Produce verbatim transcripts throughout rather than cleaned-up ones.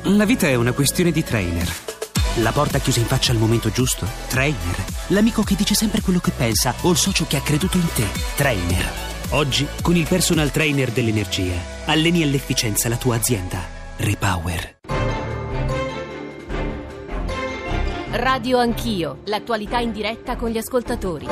La vita è una questione di trainer. La porta chiusa in faccia al momento giusto? Trainer. L'amico che dice sempre quello che pensa o il socio che ha creduto in te? Trainer. Oggi, con il personal trainer dell'energia, alleni all'efficienza la tua azienda. Repower. Radio Anch'io, l'attualità in diretta con gli ascoltatori.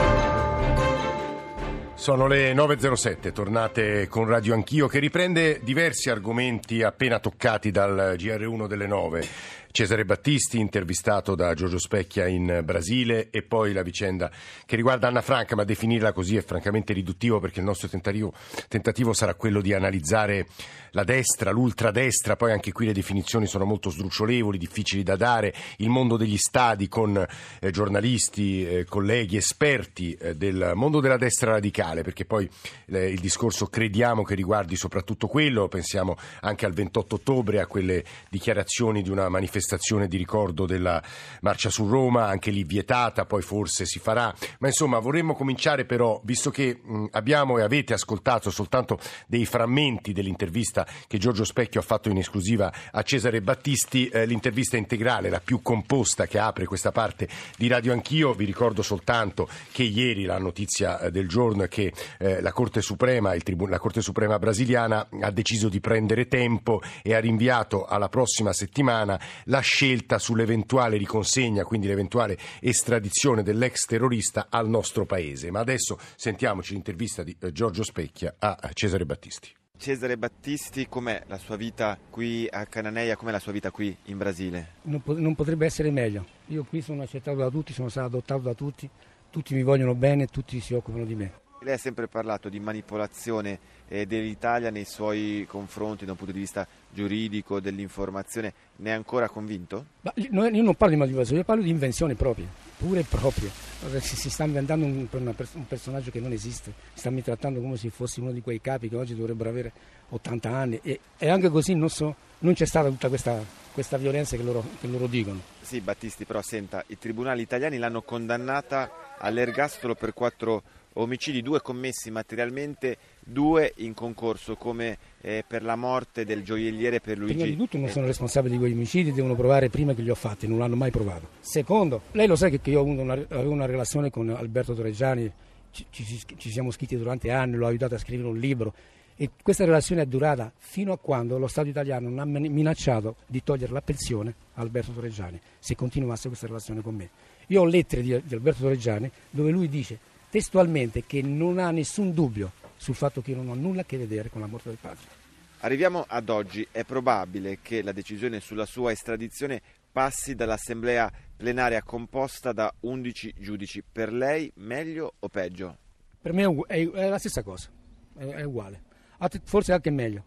Sono le nove e zero sette, tornate con Radio Anch'io che riprende diversi argomenti appena toccati dal G R uno delle nove. Cesare Battisti, intervistato da Giorgio Specchia in Brasile, e poi la vicenda che riguarda Anna Franca, ma definirla così è francamente riduttivo perché il nostro tentativo, tentativo sarà quello di analizzare la destra, l'ultradestra, poi anche qui le definizioni sono molto sdrucciolevoli, difficili da dare, il mondo degli stadi con eh, giornalisti, eh, colleghi, esperti eh, del mondo della destra radicale, perché poi eh, il discorso crediamo che riguardi soprattutto quello, pensiamo anche al ventotto ottobre, a quelle dichiarazioni di una manifestazione di ricordo della marcia su Roma, anche lì vietata, poi forse si farà, ma insomma vorremmo cominciare però, visto che mh, abbiamo e avete ascoltato soltanto dei frammenti dell'intervista che Giorgio Specchio ha fatto in esclusiva a Cesare Battisti, eh, l'intervista integrale, la più composta che apre questa parte di Radio Anch'io. Vi ricordo soltanto che ieri la notizia eh, del giorno è che eh, la Corte Suprema, il Tribu- la Corte Suprema brasiliana ha deciso di prendere tempo e ha rinviato alla prossima settimana la scelta sull'eventuale riconsegna, quindi l'eventuale estradizione dell'ex terrorista al nostro paese. Ma adesso sentiamoci l'intervista di eh, Giorgio Specchia a Cesare Battisti. Cesare Battisti, com'è la sua vita qui a Cananeia, com'è la sua vita qui in Brasile? Non, po- non potrebbe essere meglio. Io qui sono accettato da tutti, sono stato adottato da tutti, tutti mi vogliono bene, tutti si occupano di me. Lei ha sempre parlato di manipolazione eh, dell'Italia nei suoi confronti da un punto di vista giuridico, dell'informazione. Ne è ancora convinto? Ma io non parlo di manipolazione, io parlo di invenzioni proprie, pure e proprie. Si, si sta inventando un, una, un personaggio che non esiste, sta trattando come se fossi uno di quei capi che oggi dovrebbero avere ottanta anni e, e anche così non, so, non c'è stata tutta questa, questa violenza che loro, che loro dicono. Sì, Battisti, però senta, i tribunali italiani l'hanno condannata all'ergastolo per quattro omicidi, due commessi materialmente, due in concorso, come eh, per la morte del gioielliere Pierluigi. Prima di tutto non sono responsabili di quegli omicidi, devono provare prima che li ho fatti, non l'hanno mai provato. Secondo, lei lo sa che, che io ho avuto una, avevo una relazione con Alberto Torreggiani, ci, ci, ci siamo scritti durante anni, l'ho aiutato a scrivere un libro e questa relazione è durata fino a quando lo Stato italiano non ha minacciato di togliere la pensione a Alberto Torreggiani se continuasse questa relazione con me. Io ho lettere di, di Alberto Torreggiani dove lui dice testualmente che non ha nessun dubbio sul fatto che io non ho nulla a che vedere con la morte del padre. Arriviamo ad oggi. È probabile che la decisione sulla sua estradizione passi dall'assemblea plenaria composta da undici giudici. Per lei meglio o peggio? Per me è, è la stessa cosa, è, è uguale, forse anche meglio,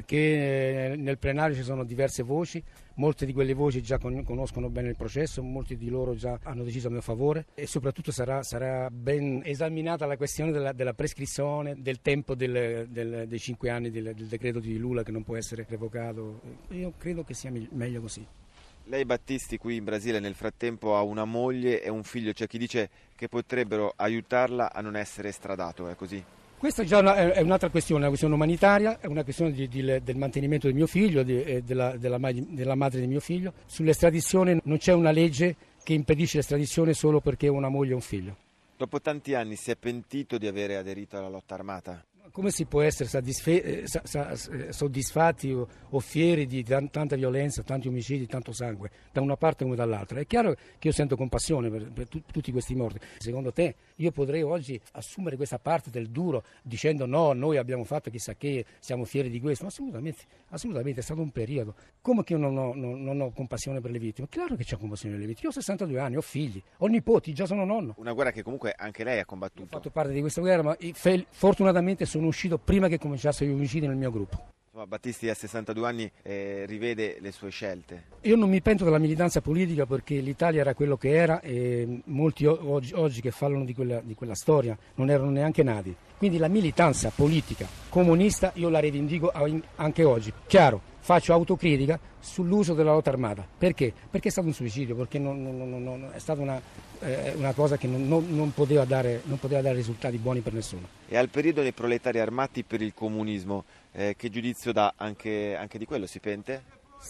perché nel plenario ci sono diverse voci, molte di quelle voci già conoscono bene il processo, molti di loro già hanno deciso a mio favore e soprattutto sarà, sarà ben esaminata la questione della, della prescrizione, del tempo del, del, dei cinque anni del, del decreto di Lula che non può essere revocato. Io credo che sia meglio così. Lei, Battisti, qui in Brasile nel frattempo ha una moglie e un figlio, c'è chi dice che potrebbero aiutarla a non essere estradato, è così? Questa è già una, è un'altra questione, una questione umanitaria, è una questione di, di, del mantenimento del mio figlio e della, della, della madre di mio figlio. Sull'estradizione non c'è una legge che impedisce l'estradizione solo perché ho una moglie e un figlio. Dopo tanti anni si è pentito di avere aderito alla lotta armata? Come si può essere soddisfatti o, o fieri di tanta violenza, tanti omicidi, tanto sangue, da una parte come dall'altra? È chiaro che io sento compassione per, per tu, tutti questi morti. Secondo te io potrei oggi assumere questa parte del duro dicendo no, noi abbiamo fatto chissà che, siamo fieri di questo? Assolutamente, assolutamente, è stato un periodo. Come che io non ho, non, non ho compassione per le vittime? Claro che c'ho compassione per le vittime. Io ho sessantadue anni, ho figli, ho nipoti, già sono nonno. Una guerra che comunque anche lei ha combattuto. Ho fatto parte di questa guerra, ma fortunatamente sono uscito prima che cominciassero gli omicidi nel mio gruppo. Insomma, Battisti a sessantadue anni eh, rivede le sue scelte. Io non mi pento della militanza politica perché l'Italia era quello che era e molti oggi, oggi che parlano di quella, di quella storia non erano neanche nati. Quindi la militanza politica comunista io la rivendico anche oggi. Chiaro, faccio autocritica sull'uso della lotta armata. Perché? Perché è stato un suicidio, perché non, non, non, non, è stata una, eh, una cosa che non, non, non, poteva dare, non poteva dare risultati buoni per nessuno. E al periodo dei proletari armati per il comunismo, eh, che giudizio dà? Anche, anche di quello si pente? Sì,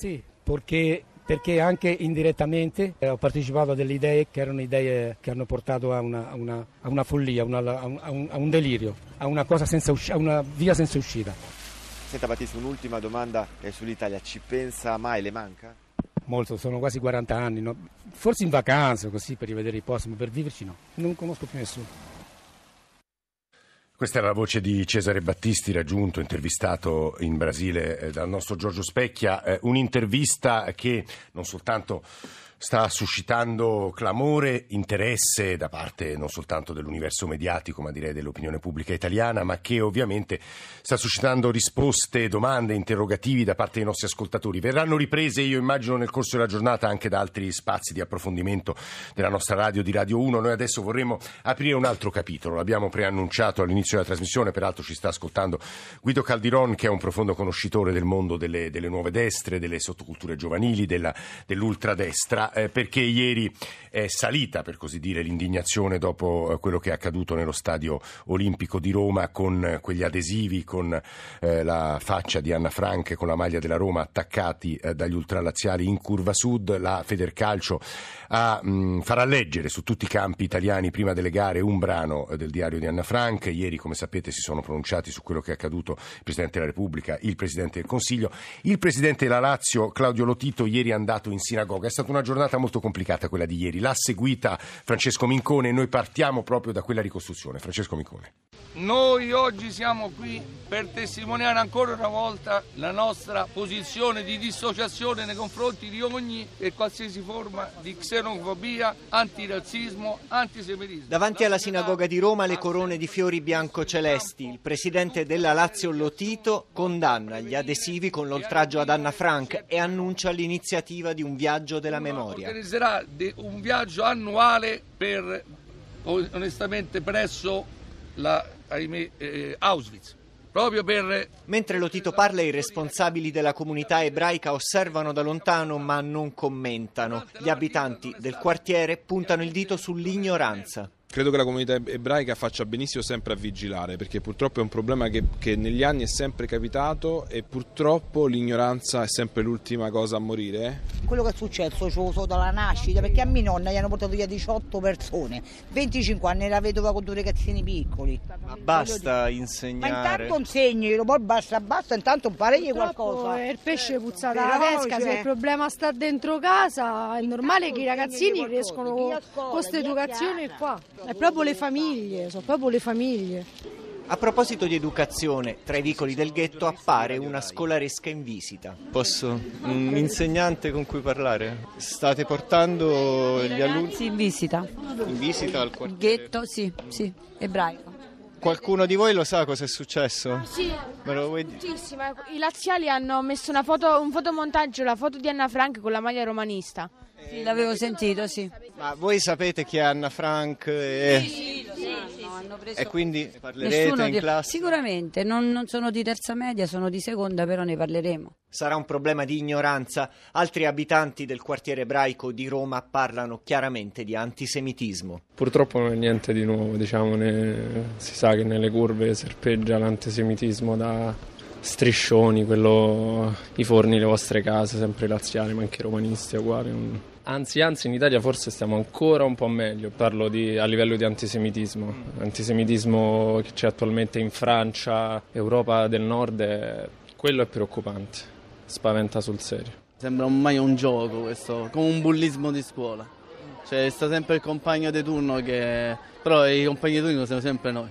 perché, perché anche indirettamente ho partecipato a delle idee che erano idee che hanno portato a una, a una, a una follia, a, una, a, un, a un delirio, a una, cosa senza usci- a una via senza uscita. Senta Battista, un'ultima domanda sull'Italia, ci pensa mai, le manca? Molto, sono quasi quaranta anni, no? Forse in vacanza così per rivedere i posti, ma per viverci no, non conosco più nessuno. Questa era la voce di Cesare Battisti, raggiunto, intervistato in Brasile eh, dal nostro Giorgio Specchia, eh, un'intervista che non soltanto sta suscitando clamore, interesse da parte non soltanto dell'universo mediatico, ma direi dell'opinione pubblica italiana, ma che ovviamente sta suscitando risposte, domande, interrogativi da parte dei nostri ascoltatori. Verranno riprese, io immagino, nel corso della giornata anche da altri spazi di approfondimento della nostra radio, di Radio uno. Noi adesso vorremmo aprire un altro capitolo, l'abbiamo preannunciato all'inizio della trasmissione, peraltro ci sta ascoltando Guido Caldiron, che è un profondo conoscitore del mondo delle, delle nuove destre, delle sottoculture giovanili, della, dell'ultradestra. Eh, perché ieri è salita, per così dire, l'indignazione dopo eh, quello che è accaduto nello Stadio Olimpico di Roma, con eh, quegli adesivi con eh, la faccia di Anna Frank e con la maglia della Roma attaccati eh, dagli ultralaziali in curva sud. La Federcalcio a, mh, farà leggere su tutti i campi italiani prima delle gare un brano eh, del diario di Anna Frank. Ieri, come sapete, si sono pronunciati su quello che è accaduto il Presidente della Repubblica, il Presidente del Consiglio, il Presidente della Lazio Claudio Lotito ieri è andato in sinagoga. È stata una giornata molto complicata quella di ieri, l'ha seguita Francesco Mincone e noi partiamo proprio da quella ricostruzione. Francesco Mincone. Noi oggi siamo qui per testimoniare ancora una volta la nostra posizione di dissociazione nei confronti di ogni e qualsiasi forma di xenofobia, antirazzismo, antisemitismo. Davanti alla sinagoga di Roma le corone di fiori bianco-celesti. Il presidente della Lazio Lotito condanna gli adesivi con l'oltraggio ad Anna Frank e annuncia l'iniziativa di un viaggio della memoria. Organizzerà un viaggio annuale per, onestamente, presso la ahimè, eh, Auschwitz, proprio per... Mentre Lotito parla, i responsabili della comunità ebraica osservano da lontano ma non commentano. Gli abitanti del quartiere puntano il dito sull'ignoranza. Credo che la comunità ebraica faccia benissimo sempre a vigilare, perché purtroppo è un problema che, che negli anni è sempre capitato e purtroppo l'ignoranza è sempre l'ultima cosa a morire. Quello che è successo ce lo so dalla nascita, perché a mia nonna gli hanno portato via diciotto persone, venticinque anni era vedova con due ragazzini piccoli. Ma basta insegnare. Ma intanto insegnilo, poi basta, basta, intanto imparegli qualcosa. Il pesce puzza dalla pesca, se il problema sta dentro casa è normale che i ragazzini crescono con questa educazione qua. È proprio le famiglie, sono proprio le famiglie. A proposito di educazione, tra i vicoli del ghetto appare una scolaresca in visita. Posso? Un insegnante con cui parlare? State portando gli alunni? Sì, in visita. In visita al quartiere? Ghetto, sì, sì, ebraico. Qualcuno di voi lo sa cosa è successo? Ah, sì, me lo vuoi dire? I laziali hanno messo una foto, un fotomontaggio, la foto di Anna Frank con la maglia romanista. Sì, l'avevo sentito, sì. Ma voi sapete chi è Anna Frank? E, sì, sì, sì, no, hanno preso... e quindi parlerete Nessuno in di... classe? Sicuramente, non, non sono di terza media, sono di seconda, però ne parleremo. Sarà un problema di ignoranza. Altri abitanti del quartiere ebraico di Roma parlano chiaramente di antisemitismo. Purtroppo non è niente di nuovo, diciamo, ne... si sa che nelle curve serpeggia l'antisemitismo da striscioni, quello, i forni, le vostre case, sempre laziali, ma anche romanisti, uguali. Anzi, anzi, in Italia forse stiamo ancora un po' meglio, parlo di, a livello di antisemitismo. Antisemitismo che c'è attualmente in Francia, Europa del Nord, è... quello è preoccupante, spaventa sul serio. Sembra ormai un gioco questo, come un bullismo di scuola. Cioè sta sempre il compagno di turno che... però i compagni di turno siamo sempre noi.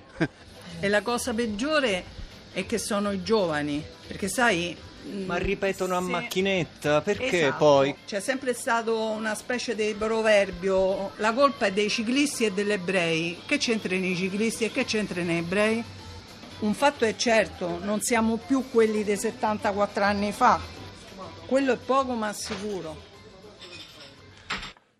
E la cosa peggiore è che sono i giovani, perché sai... Ma ripetono a se... macchinetta, perché esatto. Poi? C'è sempre stato una specie di proverbio, la colpa è dei ciclisti e degli ebrei. Che c'entrano i ciclisti e che c'entrano gli ebrei? Un fatto è certo, non siamo più quelli dei settantaquattro anni fa, quello è poco ma sicuro.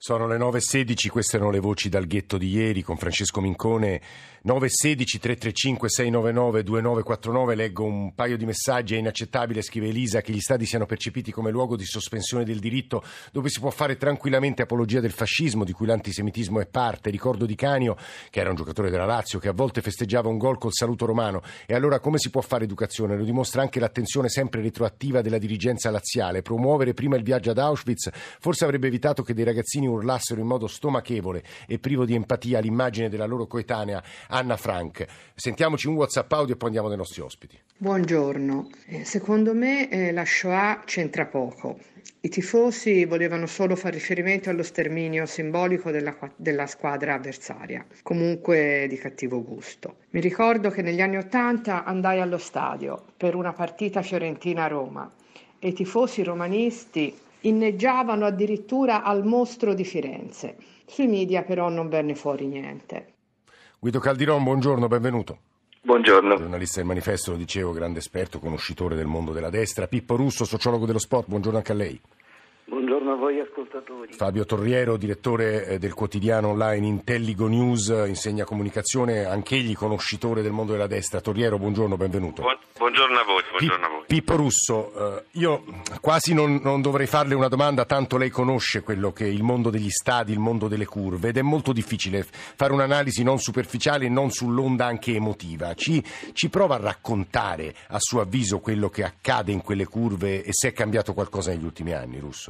Sono le nove e sedici, queste erano le voci dal ghetto di ieri con Francesco Mincone. Nove e sedici, tre tre cinque sei nove nove due nove quattro nove. Leggo un paio di messaggi. È inaccettabile, scrive Elisa, che gli stadi siano percepiti come luogo di sospensione del diritto dove si può fare tranquillamente apologia del fascismo, di cui l'antisemitismo è parte. Ricordo Di Canio, che era un giocatore della Lazio, che a volte festeggiava un gol col saluto romano. E allora come si può fare educazione? Lo dimostra anche l'attenzione sempre retroattiva della dirigenza laziale. Promuovere prima il viaggio ad Auschwitz forse avrebbe evitato che dei ragazzini urlassero in modo stomachevole e privo di empatia all'immagine della loro coetanea Anna Frank. Sentiamoci un WhatsApp audio e poi andiamo dai nostri ospiti. Buongiorno, eh, secondo me eh, la Shoah c'entra poco. I tifosi volevano solo far riferimento allo sterminio simbolico della, della squadra avversaria, comunque di cattivo gusto. Mi ricordo che negli anni Ottanta andai allo stadio per una partita Fiorentina-Roma e i tifosi romanisti inneggiavano addirittura al mostro di Firenze. Sui media però non venne fuori niente. Guido Caldiron, buongiorno, benvenuto. Buongiorno. Giornalista del Manifesto, lo dicevo, grande esperto, conoscitore del mondo della destra. Pippo Russo, sociologo dello sport, buongiorno anche a lei. Buongiorno a voi ascoltatori. Fabio Torriero, direttore del quotidiano online Intelligo News, insegna comunicazione, anch'egli conoscitore del mondo della destra. Torriero, buongiorno, benvenuto. Buon, buongiorno a voi, buongiorno a voi. Pippo Russo, eh, io quasi non, non dovrei farle una domanda, tanto lei conosce quello che è il mondo degli stadi, il mondo delle curve, ed è molto difficile fare un'analisi non superficiale e non sull'onda anche emotiva. Ci, ci prova a raccontare, a suo avviso, quello che accade in quelle curve e se è cambiato qualcosa negli ultimi anni, Russo?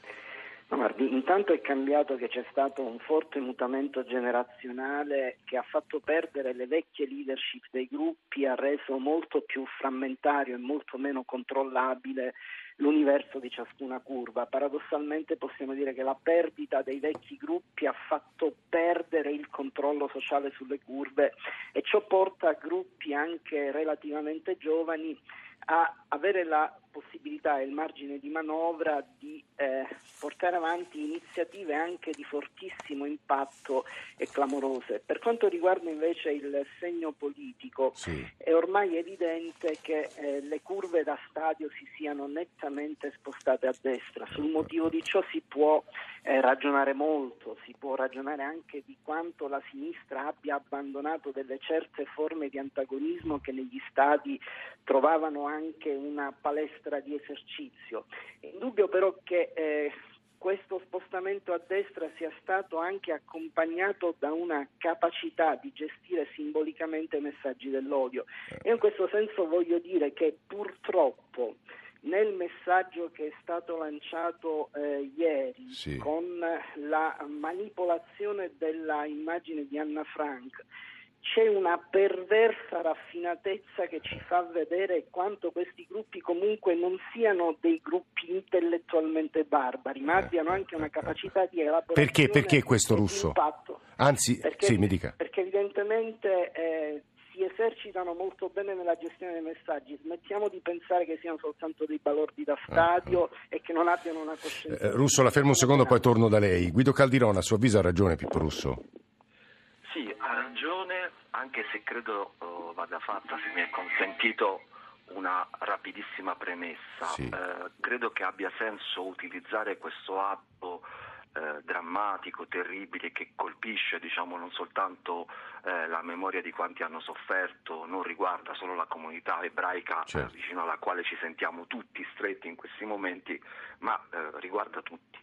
No, guardi, intanto è cambiato che c'è stato un forte mutamento generazionale che ha fatto perdere le vecchie leadership dei gruppi, ha reso molto più frammentario e molto meno controllabile l'universo di ciascuna curva. Paradossalmente possiamo dire che la perdita dei vecchi gruppi ha fatto perdere il controllo sociale sulle curve e ciò porta a gruppi anche relativamente giovani a avere la possibilità e il margine di manovra di eh, portare avanti iniziative anche di fortissimo impatto e clamorose. Per quanto riguarda invece il segno politico, sì, è ormai evidente che eh, le curve da stadio si siano nettamente spostate a destra. Sul motivo di ciò si può eh, ragionare molto, si può ragionare anche di quanto la sinistra abbia abbandonato delle certe forme di antagonismo che negli stadi trovavano anche una palestra di esercizio. È indubbio però che eh, questo spostamento a destra sia stato anche accompagnato da una capacità di gestire simbolicamente i messaggi dell'odio. E in questo senso voglio dire che purtroppo nel messaggio che è stato lanciato eh, ieri, sì, con la manipolazione della immagine di Anna Frank, c'è una perversa raffinatezza che ci fa vedere quanto questi gruppi comunque non siano dei gruppi intellettualmente barbari, ma abbiano anche una capacità di elaborazione. Perché? Perché questo, Russo? Impatto. Anzi, perché, sì, mi dica. Perché evidentemente eh, si esercitano molto bene nella gestione dei messaggi. Smettiamo di pensare che siano soltanto dei balordi da stadio ah, e che non abbiano una coscienza. Eh, Russo, la fermo un secondo, poi torno da lei. Guido Caldiron, a suo avviso ha ragione Pippo Russo? Sì, ha ragione, anche se credo oh, vada fatta, se mi è consentito, una rapidissima premessa. Sì. Eh, credo che abbia senso utilizzare questo atto eh, drammatico, terribile, che colpisce, diciamo, non soltanto eh, la memoria di quanti hanno sofferto, non riguarda solo la comunità ebraica, certo, vicino alla quale ci sentiamo tutti stretti in questi momenti, ma eh, riguarda tutti.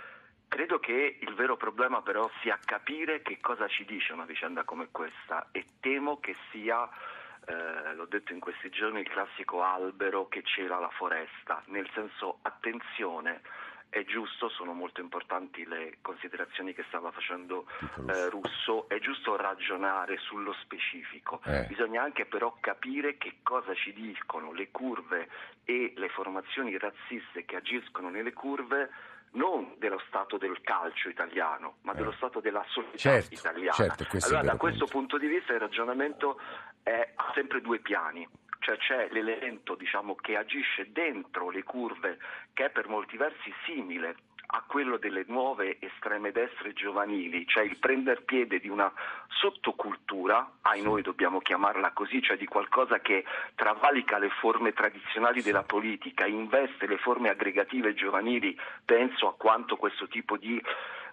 Credo che il vero problema però sia capire che cosa ci dice una vicenda come questa, e temo che sia, eh, l'ho detto in questi giorni, il classico albero che cela la foresta, nel senso, attenzione, è giusto, sono molto importanti le considerazioni che stava facendo eh, Russo, è giusto ragionare sullo specifico, eh. bisogna anche però capire che cosa ci dicono le curve e le formazioni razziste che agiscono nelle curve, non dello stato del calcio italiano, ma dello stato della società, certo, italiana. Certo, allora, da questo punto di vista il ragionamento è, ha sempre due piani. Cioè c'è l'elemento, diciamo, che agisce dentro le curve, che è per molti versi simile a quello delle nuove estreme destre giovanili, cioè il prender piede di una sottocultura, ai noi dobbiamo chiamarla così, cioè di qualcosa che travalica le forme tradizionali della politica, investe le forme aggregative giovanili. Penso a quanto questo tipo di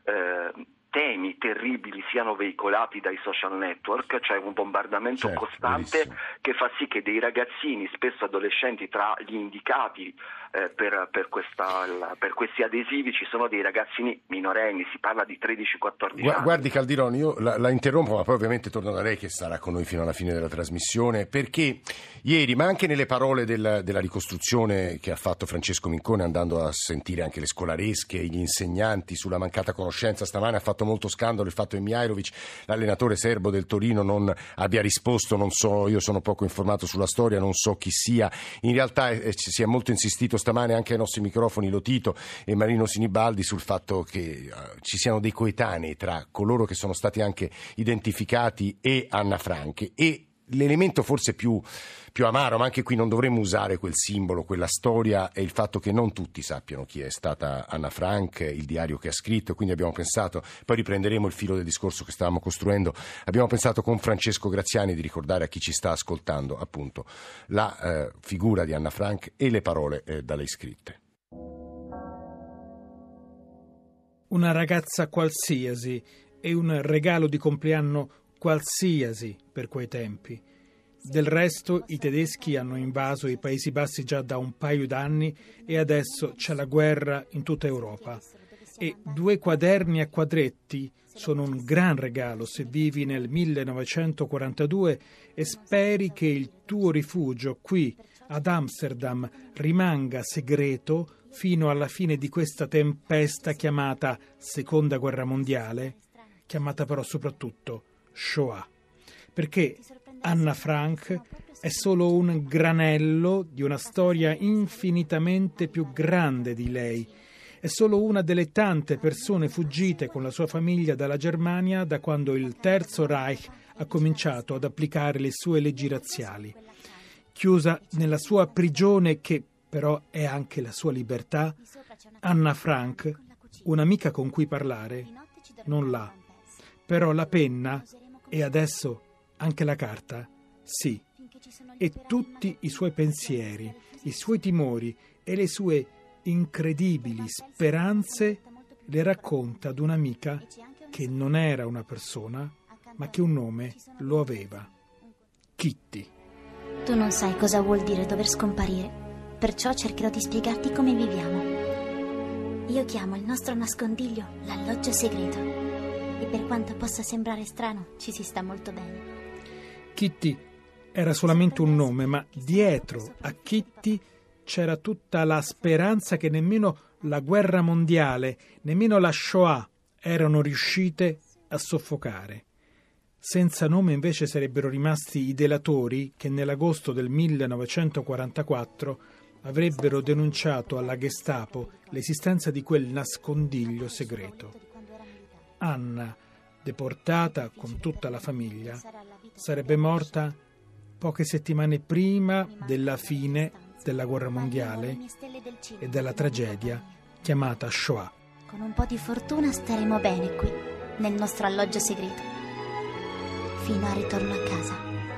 eh, temi terribili siano veicolati dai social network, cioè un bombardamento certo, costante verissimo. Che fa sì che dei ragazzini, spesso adolescenti, tra gli indicati eh, per, per, questa, la, per questi adesivi ci sono dei ragazzini minorenni, si parla di tredici quattordici anni. Guardi Caldironi, io la, la interrompo, ma poi ovviamente torno da lei che sarà con noi fino alla fine della trasmissione, perché ieri, ma anche nelle parole del, della ricostruzione che ha fatto Francesco Mincone, andando a sentire anche le scolaresche, gli insegnanti sulla mancata conoscenza, stamane ha fatto molto scandalo il fatto che Mihajlovic, l'allenatore serbo del Torino, non abbia risposto, non so, io sono poco informato sulla storia, non so chi sia. In realtà eh, si è molto insistito stamane anche ai nostri microfoni Lotito e Marino Sinibaldi sul fatto che eh, ci siano dei coetanei tra coloro che sono stati anche identificati e Anna Frank, e l'elemento forse più, più amaro, ma anche qui non dovremmo usare quel simbolo, quella storia, è il fatto che non tutti sappiano chi è stata Anna Frank, il diario che ha scritto. Quindi abbiamo pensato, poi riprenderemo il filo del discorso che stavamo costruendo, abbiamo pensato con Francesco Graziani di ricordare a chi ci sta ascoltando appunto la eh, figura di Anna Frank e le parole eh, da lei scritte. Una ragazza qualsiasi e un regalo di compleanno qualsiasi per quei tempi. Del resto i tedeschi hanno invaso i Paesi Bassi già da un paio d'anni e adesso c'è la guerra in tutta Europa. E due quaderni a quadretti sono un gran regalo se vivi nel millenovecentoquarantadue e speri che il tuo rifugio qui ad Amsterdam rimanga segreto fino alla fine di questa tempesta chiamata Seconda Guerra Mondiale, chiamata però soprattutto Shoah, perché Anna Frank è solo un granello di una storia infinitamente più grande di lei. È solo una delle tante persone fuggite con la sua famiglia dalla Germania da quando il Terzo Reich ha cominciato ad applicare le sue leggi razziali. Chiusa nella sua prigione, che però è anche la sua libertà, Anna Frank, un'amica con cui parlare, non l'ha. Però la penna, e adesso anche la carta, sì. E tutti i suoi pensieri, i suoi timori e le sue incredibili speranze le racconta ad un'amica che non era una persona, ma che un nome lo aveva. Kitty. Tu non sai cosa vuol dire dover scomparire, perciò cercherò di spiegarti come viviamo. Io chiamo il nostro nascondiglio l'alloggio segreto. E per quanto possa sembrare strano, ci si sta molto bene. Kitty era solamente un nome, ma dietro a Kitty c'era tutta la speranza che nemmeno la guerra mondiale, nemmeno la Shoah erano riuscite a soffocare. Senza nome invece sarebbero rimasti i delatori che nell'agosto del millenovecentoquarantaquattro avrebbero denunciato alla Gestapo l'esistenza di quel nascondiglio segreto. Anna, deportata con tutta la famiglia, sarebbe morta poche settimane prima della fine della guerra mondiale e della tragedia chiamata Shoah. Con un po' di fortuna staremo bene qui, nel nostro alloggio segreto, fino al ritorno a casa.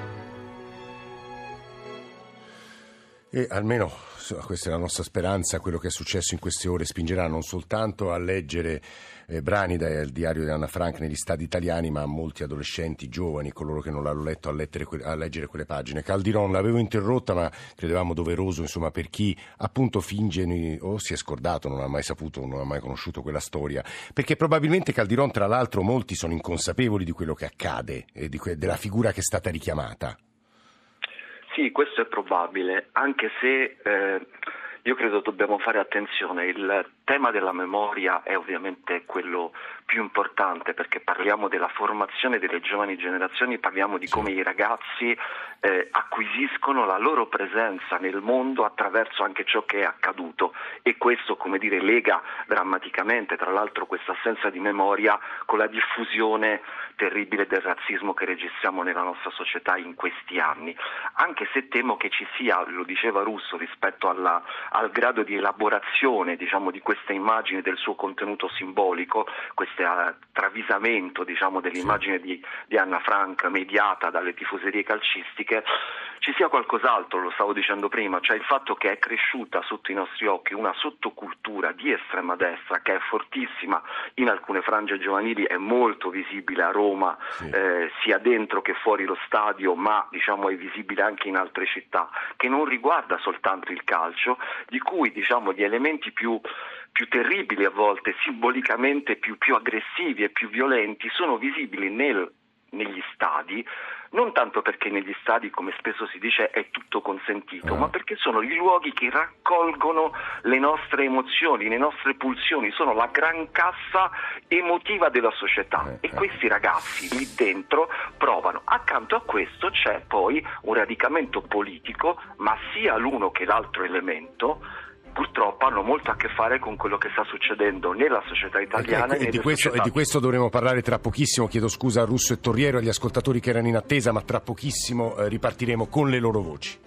E almeno questa è la nostra speranza, quello che è successo in queste ore spingerà non soltanto a leggere eh, brani dal diario di Anna Frank negli stadi italiani, ma a molti adolescenti, giovani, coloro che non l'hanno letto, a, lettere, a leggere quelle pagine. Caldiron, l'avevo interrotta, ma credevamo doveroso, insomma, per chi appunto finge o si è scordato, non ha mai saputo, non ha mai conosciuto quella storia, perché probabilmente Caldiron, tra l'altro, molti sono inconsapevoli di quello che accade e di que- della figura che è stata richiamata. Sì, questo è probabile, anche se eh, io credo dobbiamo fare attenzione. Il tema della memoria è ovviamente quello più importante, perché parliamo della formazione delle giovani generazioni, parliamo di come i ragazzi eh, acquisiscono la loro presenza nel mondo attraverso anche ciò che è accaduto, e questo, come dire, lega drammaticamente, tra l'altro, questa assenza di memoria con la diffusione terribile del razzismo che registriamo nella nostra società in questi anni, anche se temo che ci sia, lo diceva Russo, rispetto alla, al grado di elaborazione, diciamo, di queste immagini, del suo contenuto simbolico, queste triste eh, travisamento, diciamo, dell'immagine di, di Anna Frank mediata dalle tifoserie calcistiche, ci sia qualcos'altro, lo stavo dicendo prima, cioè il fatto che è cresciuta sotto i nostri occhi una sottocultura di estrema destra che è fortissima in alcune frange giovanili, è molto visibile a Roma, sì. eh, sia dentro che fuori lo stadio, ma diciamo è visibile anche in altre città, che non riguarda soltanto il calcio, di cui diciamo gli elementi più più terribili a volte, simbolicamente più, più aggressivi e più violenti, sono visibili nel, negli stadi, non tanto perché negli stadi, come spesso si dice, è tutto consentito, uh. ma perché sono i luoghi che raccolgono le nostre emozioni, le nostre pulsioni, sono la gran cassa emotiva della società uh. e questi ragazzi lì dentro provano. Accanto a questo c'è poi un radicamento politico, ma sia l'uno che l'altro elemento purtroppo hanno molto a che fare con quello che sta succedendo nella società italiana. E, e, e, di, questo, società... e di questo dovremo parlare tra pochissimo. Chiedo scusa a Russo e Torriero, agli ascoltatori che erano in attesa, ma tra pochissimo eh, ripartiremo con le loro voci.